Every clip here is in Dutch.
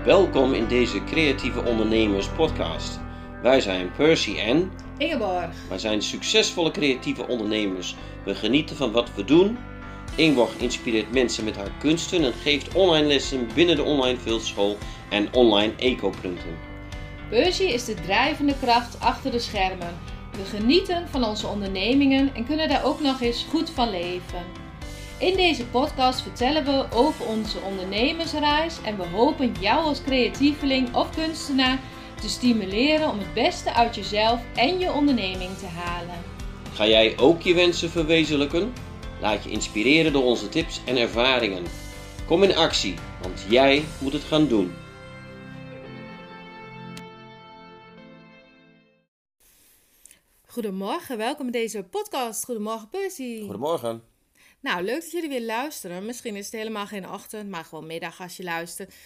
Welkom in deze Creatieve Ondernemers podcast. Wij zijn Percy en Ingeborg. wij zijn succesvolle creatieve ondernemers. We genieten van wat we doen. Ingeborg inspireert mensen met haar kunsten en geeft online lessen binnen de online fieldschool en online eco-punten. Percy is de drijvende kracht achter de schermen. We genieten van onze ondernemingen en kunnen daar ook nog eens goed van leven. In deze podcast vertellen we over onze ondernemersreis en we hopen jou als creatieveling of kunstenaar te stimuleren om het beste uit jezelf en je onderneming te halen. Ga jij ook je wensen verwezenlijken? Laat je inspireren door onze tips en ervaringen. Kom in actie, want jij moet het gaan doen. Goedemorgen, welkom in deze podcast. Goedemorgen Percy. Goedemorgen. Nou, leuk dat jullie weer luisteren. Misschien is het helemaal geen ochtend, maar gewoon middag als je luistert.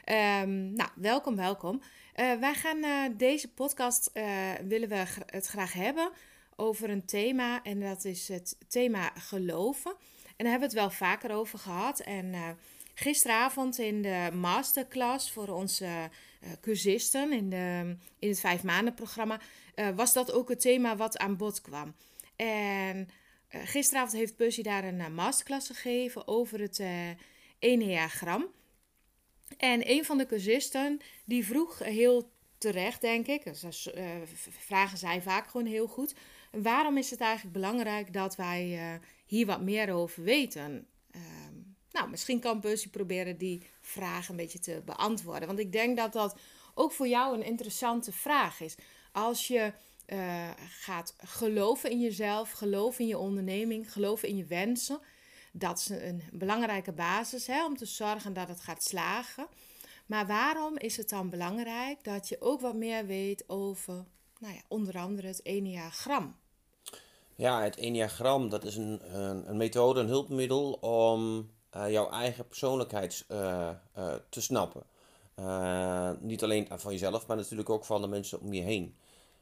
Welkom. Wij gaan deze podcast, willen we het graag hebben over een thema. En dat is het thema geloven. En daar hebben we het wel vaker over gehad. En gisteravond in de masterclass voor onze cursisten in het 5 maanden programma... was dat ook het thema wat aan bod kwam. En gisteravond heeft Percy daar een masterclass gegeven over het Enneagram. En een van de cursisten die vroeg heel terecht, denk ik, vragen zij vaak gewoon heel goed, waarom is het eigenlijk belangrijk dat wij hier wat meer over weten? Misschien kan Percy proberen die vraag een beetje te beantwoorden. Want ik denk dat dat ook voor jou een interessante vraag is. Als je gaat geloven in jezelf, geloven in je onderneming, geloven in je wensen. Dat is een belangrijke basis om te zorgen dat het gaat slagen. Maar waarom is het dan belangrijk dat je ook wat meer weet over, onder andere het Enneagram? Ja, het Enneagram, dat is een methode, een hulpmiddel om jouw eigen persoonlijkheid te snappen. Niet alleen van jezelf, maar natuurlijk ook van de mensen om je heen.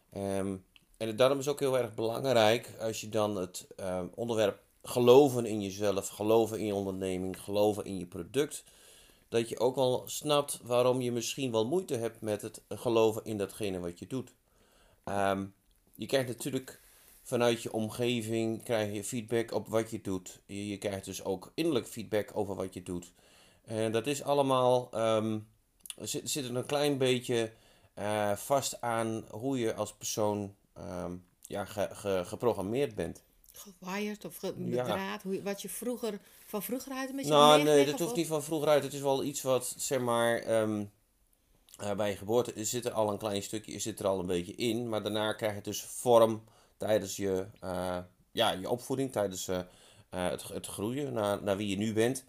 En daarom is het ook heel erg belangrijk als je dan het onderwerp geloven in jezelf, geloven in je onderneming, geloven in je product, dat je ook wel snapt waarom je misschien wel moeite hebt met het geloven in datgene wat je doet. Je krijgt natuurlijk vanuit je omgeving krijg je feedback op wat je doet. Je krijgt dus ook innerlijk feedback over wat je doet. En dat is allemaal, zit er een klein beetje vast aan hoe je als persoon geprogrammeerd bent. Gewired of bedraad, wat je van vroeger uit een beetje Nee, dat hoeft niet van vroeger uit. Het is wel iets wat, bij je geboorte zit er al een klein stukje, zit er al een beetje in. Maar daarna krijg je dus vorm tijdens je opvoeding, tijdens het groeien naar wie je nu bent.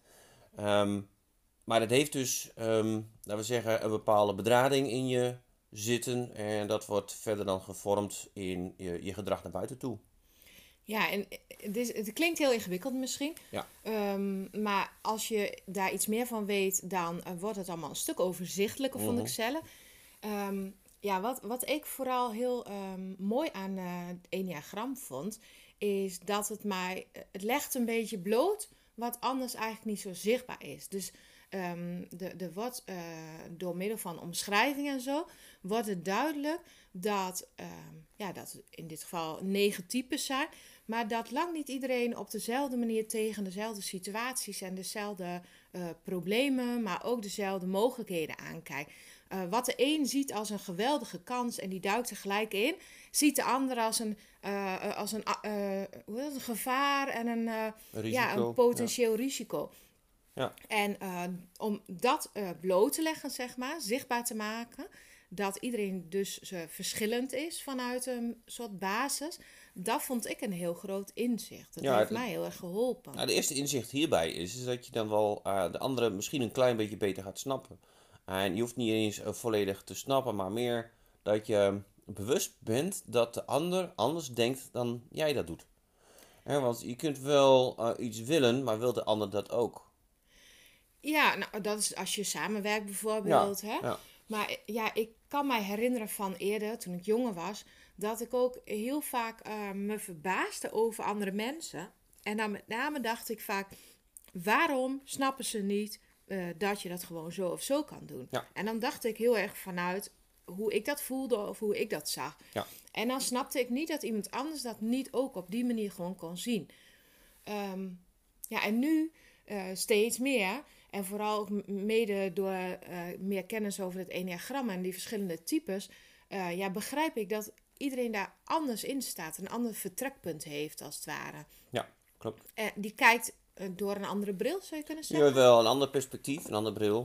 Maar dat heeft dus, laten we zeggen, een bepaalde bedrading in je zitten. En dat wordt verder dan gevormd in je gedrag naar buiten toe. Ja, en het klinkt heel ingewikkeld misschien. Ja. Maar als je daar iets meer van weet, dan wordt het allemaal een stuk overzichtelijker, vond ik zelf. Wat ik vooral heel mooi aan het Enneagram vond, is dat het legt een beetje bloot wat anders eigenlijk niet zo zichtbaar is. Dus er wordt door middel van omschrijving en zo, wordt het duidelijk dat in dit geval 9 types zijn, maar dat lang niet iedereen op dezelfde manier tegen dezelfde situaties en dezelfde problemen, maar ook dezelfde mogelijkheden aankijkt. Wat de een ziet als een geweldige kans en die duikt er gelijk in, ziet de ander als een gevaar en een potentieel risico. Ja. En om dat bloot te leggen, zichtbaar te maken, dat iedereen dus verschillend is vanuit een soort basis, dat vond ik een heel groot inzicht. Dat heeft mij heel erg geholpen. Nou, de eerste inzicht hierbij is dat je dan wel de andere misschien een klein beetje beter gaat snappen. En je hoeft niet eens volledig te snappen, maar meer dat je bewust bent dat de ander anders denkt dan jij dat doet. Want je kunt wel iets willen, maar wil de ander dat ook? Ja, dat is als je samenwerkt bijvoorbeeld. Ja. Maar ik kan mij herinneren van eerder, toen ik jonger was, dat ik ook heel vaak me verbaasde over andere mensen. En dan met name dacht ik vaak, waarom snappen ze niet dat je dat gewoon zo of zo kan doen. Ja. En dan dacht ik heel erg vanuit hoe ik dat voelde of hoe ik dat zag. Ja. En dan snapte ik niet dat iemand anders dat niet ook op die manier gewoon kon zien. En nu steeds meer, en vooral ook mede door meer kennis over het enneagram en die verschillende types, begrijp ik dat iedereen daar anders in staat, een ander vertrekpunt heeft als het ware. Ja, klopt. Die kijkt door een andere bril, zou je kunnen zeggen? Ja, wel een ander perspectief, een andere bril.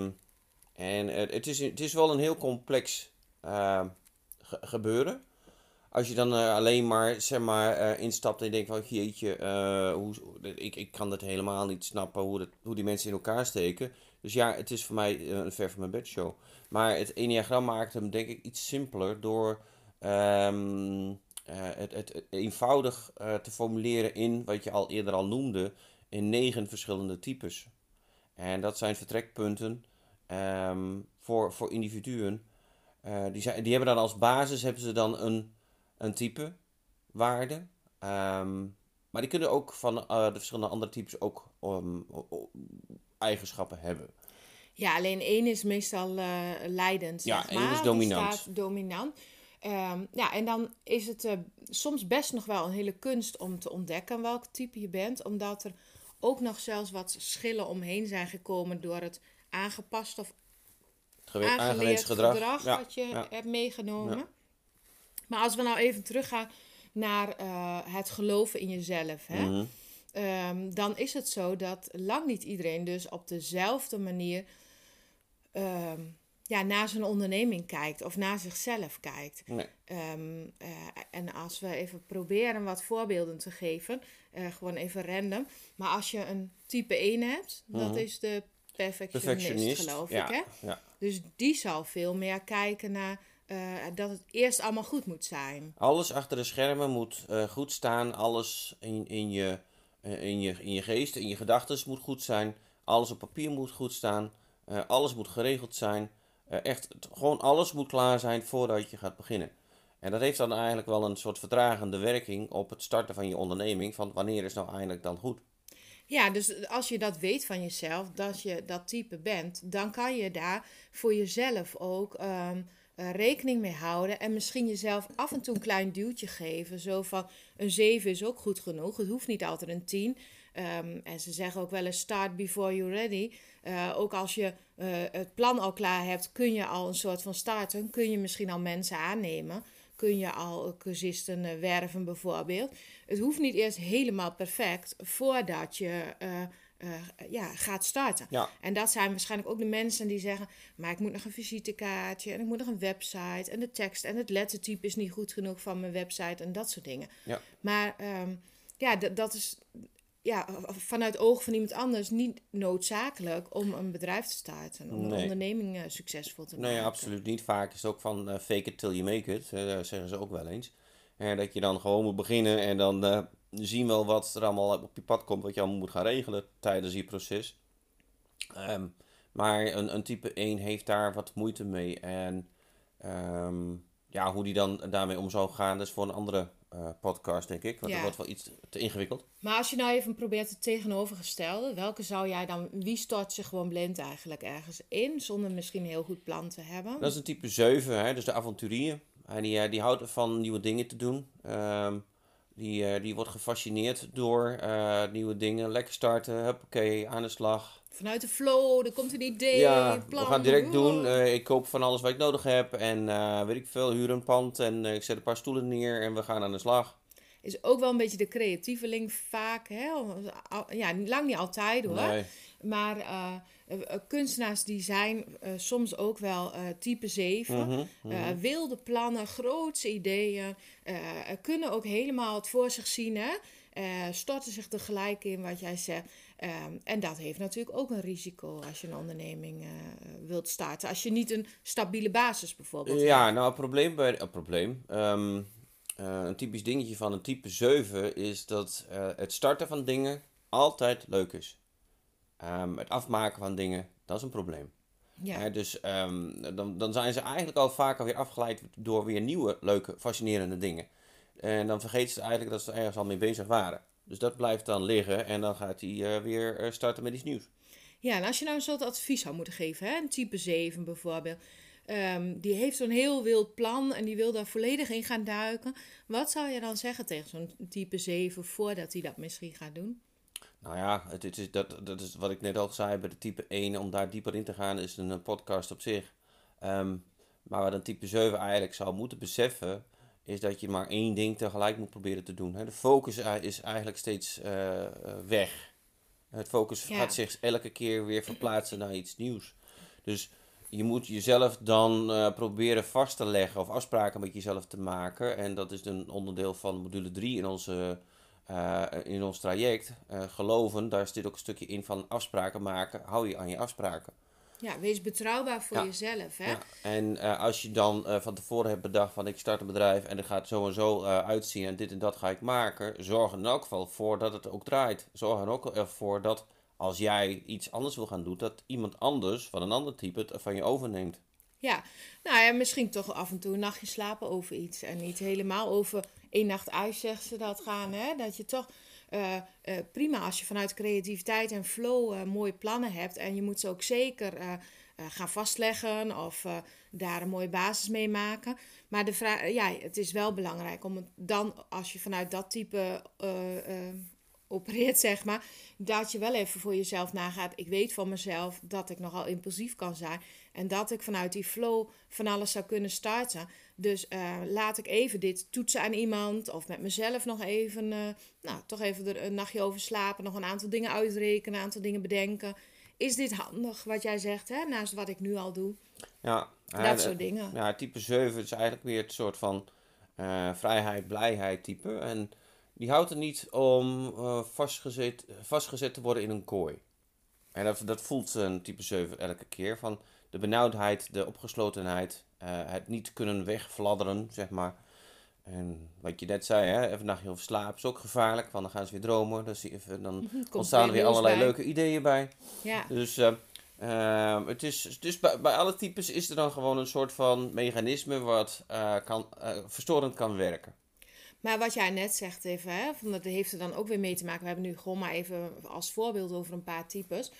Het is wel een heel complex gebeuren. Als je dan alleen maar, zeg maar, instapt en je denkt van, jeetje, ik kan dat helemaal niet snappen hoe die mensen in elkaar steken. Dus ja, het is voor mij een ver van mijn bedshow. Maar het enneagram maakt hem denk ik iets simpeler door het eenvoudig te formuleren in, wat je al eerder noemde, in 9 verschillende types. En dat zijn vertrekpunten voor individuen. Die hebben dan als basis hebben ze dan een type waarde. Maar die kunnen ook van de verschillende andere types ook eigenschappen hebben. Ja, alleen één is meestal leidend, Ja, zeg maar. één is dominant. Die staat dominant. En dan is het soms best nog wel een hele kunst om te ontdekken welk type je bent. Omdat er ook nog zelfs wat schillen omheen zijn gekomen door het aangepast of aangeleerd gedrag wat je hebt meegenomen. Ja. Maar als we nou even teruggaan naar het geloven in jezelf, hè? Mm-hmm. Dan is het zo dat lang niet iedereen dus op dezelfde manier naar zijn onderneming kijkt of naar zichzelf kijkt. Nee. En als we even proberen wat voorbeelden te geven, gewoon even random. Maar als je een type 1 hebt, dat is de perfectionist, geloof ik. Hè? Ja. Dus die zal veel meer kijken naar dat het eerst allemaal goed moet zijn. Alles achter de schermen moet goed staan. Alles in je geest, in je gedachten moet goed zijn. Alles op papier moet goed staan. Alles moet geregeld zijn. Gewoon alles moet klaar zijn voordat je gaat beginnen. En dat heeft dan eigenlijk wel een soort vertragende werking op het starten van je onderneming. Van wanneer is nou eigenlijk dan goed? Ja, dus als je dat weet van jezelf, dat je dat type bent, dan kan je daar voor jezelf ook rekening mee houden. En misschien jezelf af en toe een klein duwtje geven. Zo van, een 7 is ook goed genoeg. Het hoeft niet altijd een 10. En ze zeggen ook wel eens start before you're ready. Ook als je het plan al klaar hebt, kun je al een soort van starten. Kun je misschien al mensen aannemen. Kun je al cursisten werven bijvoorbeeld. Het hoeft niet eerst helemaal perfect voordat je gaat starten. Ja. En dat zijn waarschijnlijk ook de mensen die zeggen, maar ik moet nog een visitekaartje en ik moet nog een website en de tekst en het lettertype is niet goed genoeg van mijn website en dat soort dingen. Ja. Maar dat is vanuit het oog van iemand anders niet noodzakelijk om een bedrijf te starten, om een onderneming succesvol te maken. Nee, absoluut niet. Vaak is het ook van fake it till you make it, zeggen ze ook wel eens. Dat je dan gewoon moet beginnen en dan zien wel wat er allemaal op je pad komt, wat je allemaal moet gaan regelen tijdens je proces. Maar een type 1 heeft daar wat moeite mee. En hoe die dan daarmee om zou gaan, dat is voor een andere podcast, denk ik. Want dat wordt wel iets te ingewikkeld. Maar als je nou even probeert het tegenovergestelde, welke zou jij dan, wie stort zich gewoon blind eigenlijk ergens in, zonder misschien een heel goed plan te hebben? Dat is een type 7, hè, dus de avonturier. Die houdt ervan nieuwe dingen te doen. Die wordt gefascineerd door nieuwe dingen. Lekker starten, huppakee, aan de slag. Vanuit de flow, er komt een idee, plan. We gaan direct doen. Ik koop van alles wat ik nodig heb. En weet ik veel, huur een pand. En ik zet een paar stoelen neer en we gaan aan de slag. Is ook wel een beetje de creatieveling vaak. Hè? Ja, lang niet altijd hoor. Nee. Maar kunstenaars die zijn soms ook wel type 7. Wilde plannen, grootse ideeën. Kunnen ook helemaal het voor zich zien. Hè? Storten zich tegelijk in wat jij zegt. En dat heeft natuurlijk ook een risico als je een onderneming wilt starten. Als je niet een stabiele basis bijvoorbeeld hebt. Ja, nou een typisch dingetje van een type 7 is dat het starten van dingen altijd leuk is. Het afmaken van dingen, dat is een probleem. Ja. Dus dan zijn ze eigenlijk al vaak alweer afgeleid door weer nieuwe, leuke, fascinerende dingen. En dan vergeten ze eigenlijk dat ze ergens al mee bezig waren. Dus dat blijft dan liggen en dan gaat hij weer starten met iets nieuws. Ja, en als je nou een soort advies zou moeten geven, hè? Een type 7 bijvoorbeeld. Die heeft zo'n heel wild plan en die wil daar volledig in gaan duiken. Wat zou je dan zeggen tegen zo'n type 7 voordat hij dat misschien gaat doen? Nou ja, het is, dat is wat ik net al zei bij de type 1. Om daar dieper in te gaan is een podcast op zich. Ehm, maar wat een type 7 eigenlijk zou moeten beseffen, is dat je maar één ding tegelijk moet proberen te doen. Hè. De focus is eigenlijk steeds weg. Het focus gaat Ja, zich elke keer weer verplaatsen naar iets nieuws. Dus je moet jezelf dan proberen vast te leggen of afspraken met jezelf te maken. En dat is een onderdeel van module 3 in ons traject. Geloven, daar zit ook een stukje in van afspraken maken. Hou je aan je afspraken. ja, wees betrouwbaar voor Ja, jezelf, hè? ja. En als je dan van tevoren hebt bedacht van ik start een bedrijf en er gaat zo en zo uitzien en dit en dat ga ik maken. Zorg er in elk geval voor dat het ook draait. Zorg er ook voor dat als jij iets anders wil gaan doen, dat iemand anders van een ander type het van je overneemt. Ja, nou ja, misschien toch af en toe een nachtje slapen over iets. En niet helemaal over één nacht uit, zegt ze dat gaan. Hè? Dat je toch prima als je vanuit creativiteit en flow mooie plannen hebt. En je moet ze ook zeker gaan vastleggen of daar een mooie basis mee maken. Maar de vraag, ja, het is wel belangrijk om het dan, als je vanuit dat type opereert, zeg maar, dat je wel even voor jezelf nagaat. Ik weet van mezelf dat ik nogal impulsief kan zijn. En dat ik vanuit die flow van alles zou kunnen starten. Dus laat ik even dit toetsen aan iemand. Of met mezelf nog even, toch even er een nachtje over slapen. Nog een aantal dingen uitrekenen, een aantal dingen bedenken. Is dit handig wat jij zegt, hè? Naast wat ik nu al doe. Ja, Dat soort dingen. ja, type 7 is eigenlijk weer het soort van vrijheid, blijheid type. En die houdt er niet om vastgezet te worden in een kooi. En dat voelt een type 7 elke keer. Van de benauwdheid, de opgeslotenheid, het niet kunnen wegfladderen, zeg maar. En wat je net zei, hè, even een nachtje over slapen is ook gevaarlijk. Want dan gaan ze weer dromen. Dus dan Komt ontstaan er weer nieuws allerlei bij. leuke ideeën bij. Ja. Dus, het is, dus bij alle types is er dan gewoon een soort van mechanisme wat verstorend kan werken. Maar wat jij net zegt even, hè, van dat heeft er dan ook weer mee te maken. We hebben nu gewoon maar even als voorbeeld over een paar types.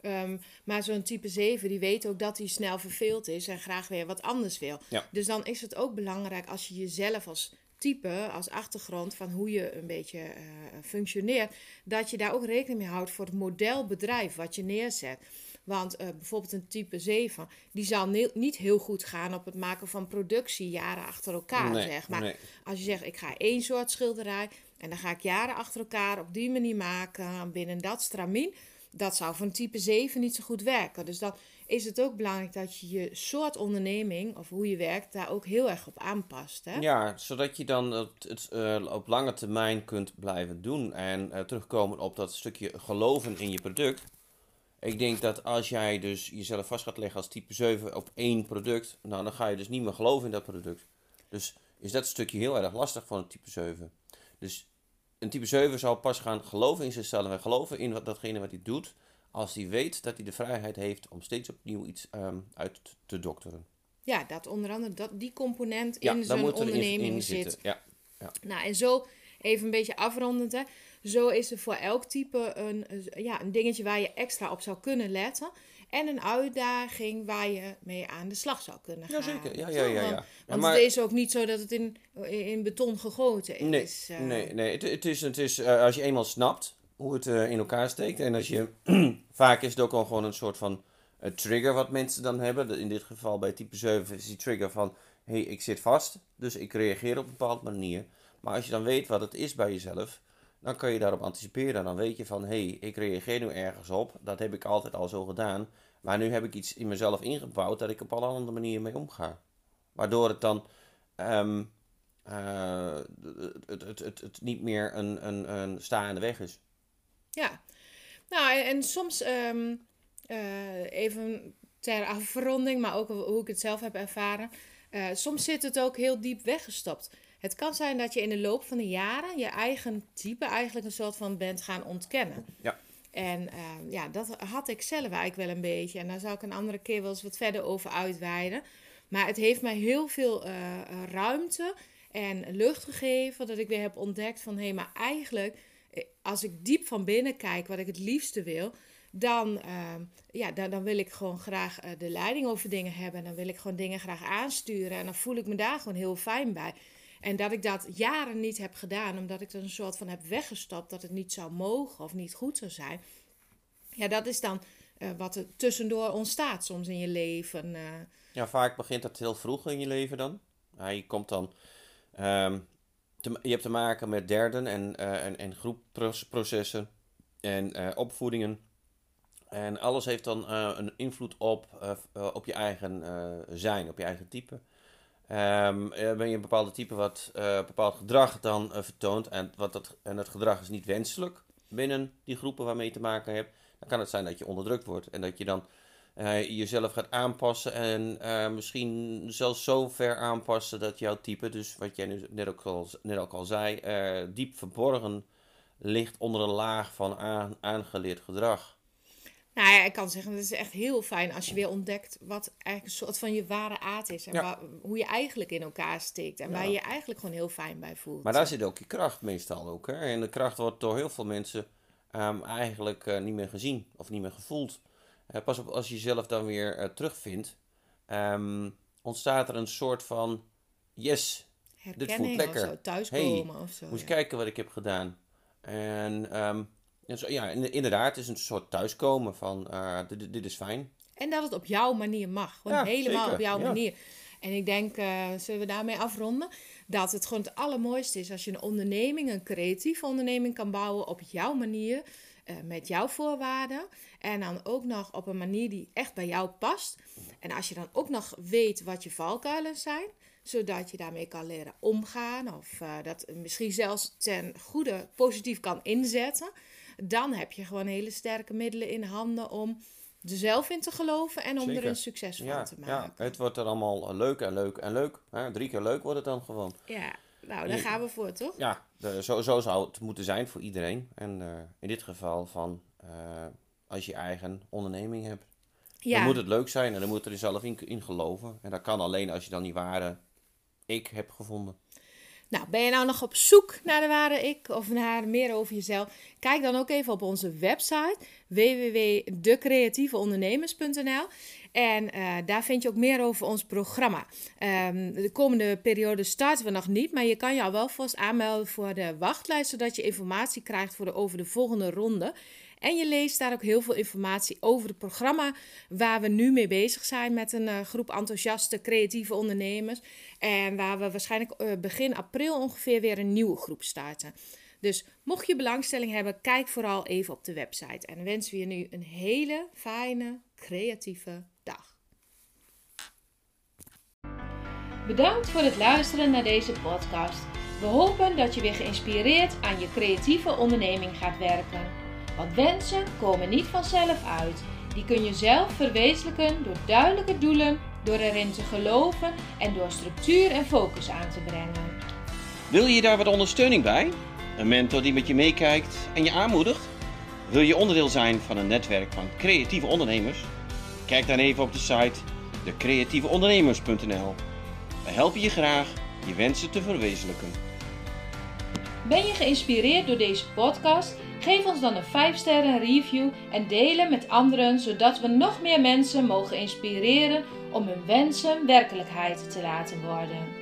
Maar zo'n type 7, die weet ook dat hij snel verveeld is en graag weer wat anders wil. Ja. Dus dan is het ook belangrijk als je jezelf als type, als achtergrond van hoe je een beetje functioneert, dat je daar ook rekening mee houdt voor het modelbedrijf wat je neerzet. Want bijvoorbeeld een type 7, die zal niet heel goed gaan op het maken van productie jaren achter elkaar, Nee, zeg maar. nee. Als je zegt, ik ga één soort schilderij en dan ga ik jaren achter elkaar op die manier maken, binnen dat stramien, dat zou voor een type 7 niet zo goed werken. Dus dan is het ook belangrijk dat je je soort onderneming, of hoe je werkt, daar ook heel erg op aanpast. Hè? Ja, zodat je dan op lange termijn kunt blijven doen. En terugkomen op dat stukje geloven in je product. Ik denk dat als jij dus jezelf vast gaat leggen als type 7 op één product, nou dan ga je dus niet meer geloven in dat product. Dus is dat stukje heel erg lastig voor een type 7. Dus een type 7 zal pas gaan geloven in zichzelf en geloven in datgene wat hij doet, als hij weet dat hij de vrijheid heeft om steeds opnieuw iets uit te dokteren. Ja, dat onder andere die component Ja, in daar zijn moet er onderneming in zit. zitten. Ja, ja. Nou, en zo even een beetje afrondend, hè. Zo is er voor elk type een dingetje waar je extra op zou kunnen letten. En een uitdaging waar je mee aan de slag zou kunnen gaan. Jazeker, ja. Want Maar het is ook niet zo dat het in beton gegoten nee, is. nee. Het is als je eenmaal snapt hoe het in elkaar steekt. En als je, vaak is het ook al gewoon een soort van trigger wat mensen dan hebben. In dit geval bij type 7 is die trigger van, hé, ik zit vast, dus ik reageer op een bepaalde manier. Maar als je dan weet wat het is bij jezelf, dan kan je daarop anticiperen. Dan weet je van, hé, ik reageer nu ergens op. Dat heb ik altijd al zo gedaan. Maar nu heb ik iets in mezelf ingebouwd dat ik op alle andere manieren mee omga. Waardoor het dan ehm, het niet meer een staande weg is. Ja, nou en soms even ter afronding, maar ook hoe ik het zelf heb ervaren. Soms zit het ook heel diep weggestopt. Het kan zijn dat je in de loop van de jaren je eigen type eigenlijk een soort van bent gaan ontkennen. Ja. En dat had ik zelf eigenlijk wel een beetje. En daar zou ik een andere keer wel eens wat verder over uitweiden. Maar het heeft mij heel veel ruimte en lucht gegeven. Dat ik weer heb ontdekt van, hé, maar eigenlijk, als ik diep van binnen kijk wat ik het liefste wil, dan wil ik gewoon graag de leiding over dingen hebben. Dan wil ik gewoon dingen graag aansturen. En dan voel ik me daar gewoon heel fijn bij. En dat ik dat jaren niet heb gedaan, omdat ik er een soort van heb weggestopt dat het niet zou mogen of niet goed zou zijn. Ja, dat is dan wat er tussendoor ontstaat soms in je leven. Ja, vaak begint dat heel vroeg in je leven dan. Je komt dan... je hebt te maken met derden en groepprocessen en opvoedingen. En alles heeft dan een invloed op je eigen zijn, op je eigen type. Ben je een bepaalde type wat bepaald gedrag dan vertoont en dat gedrag is niet wenselijk binnen die groepen waarmee je te maken hebt, dan kan het zijn dat je onderdrukt wordt en dat je dan jezelf gaat aanpassen en misschien zelfs zo ver aanpassen dat jouw type, dus wat jij nu net ook al zei, diep verborgen ligt onder een laag van aangeleerd gedrag. Nou ja, ik kan zeggen, het is echt heel fijn als je weer ontdekt wat eigenlijk een soort van je ware aard is. En hoe je eigenlijk in elkaar steekt. En waar je je eigenlijk gewoon heel fijn bij voelt. Maar daar zit ook je kracht meestal ook. Hè? En de kracht wordt door heel veel mensen eigenlijk niet meer gezien of niet meer gevoeld. Pas op, als je jezelf dan weer terugvindt, ontstaat er een soort van, yes, dit voelt lekker. Of zo, thuiskomen of zo. Moet je kijken wat ik heb gedaan. En inderdaad, het is een soort thuiskomen van, dit is fijn. En dat het op jouw manier mag. Gewoon helemaal zeker, op jouw manier. En ik denk, zullen we daarmee afronden, dat het gewoon het allermooiste is als je een onderneming, een creatieve onderneming kan bouwen op jouw manier, met jouw voorwaarden. En dan ook nog op een manier die echt bij jou past. En als je dan ook nog weet wat je valkuilen zijn, zodat je daarmee kan leren omgaan of dat misschien zelfs ten goede positief kan inzetten, dan heb je gewoon hele sterke middelen in handen om er zelf in te geloven en om er een succes van te maken. Ja, het wordt er allemaal leuk en leuk en leuk. 3 keer leuk wordt het dan gewoon. Ja, nou daar gaan we voor, toch? Ja, zo zou het moeten zijn voor iedereen. En in dit geval als je eigen onderneming hebt. Ja. Dan moet het leuk zijn en dan moet er zelf in geloven. En dat kan alleen als je dan die ware ik heb gevonden. Nou, ben je nou nog op zoek naar de ware ik of naar meer over jezelf? Kijk dan ook even op onze website www.decreatieveondernemers.nl en daar vind je ook meer over ons programma. De komende periode starten we nog niet, maar je kan je al wel vast aanmelden voor de wachtlijst, zodat je informatie krijgt over de volgende ronde. En je leest daar ook heel veel informatie over het programma waar we nu mee bezig zijn met een groep enthousiaste creatieve ondernemers. En waar we waarschijnlijk begin april ongeveer weer een nieuwe groep starten. Dus mocht je belangstelling hebben, kijk vooral even op de website. En dan wensen we je nu een hele fijne, creatieve dag. Bedankt voor het luisteren naar deze podcast. We hopen dat je weer geïnspireerd aan je creatieve onderneming gaat werken. Want wensen komen niet vanzelf uit. Die kun je zelf verwezenlijken door duidelijke doelen, door erin te geloven en door structuur en focus aan te brengen. Wil je daar wat ondersteuning bij? Een mentor die met je meekijkt en je aanmoedigt? Wil je onderdeel zijn van een netwerk van creatieve ondernemers? Kijk dan even op de site decreatieveondernemers.nl. We helpen je graag je wensen te verwezenlijken. Ben je geïnspireerd door deze podcast? Geef ons dan een 5-sterren review en deel hem met anderen, zodat we nog meer mensen mogen inspireren om hun wensen werkelijkheid te laten worden.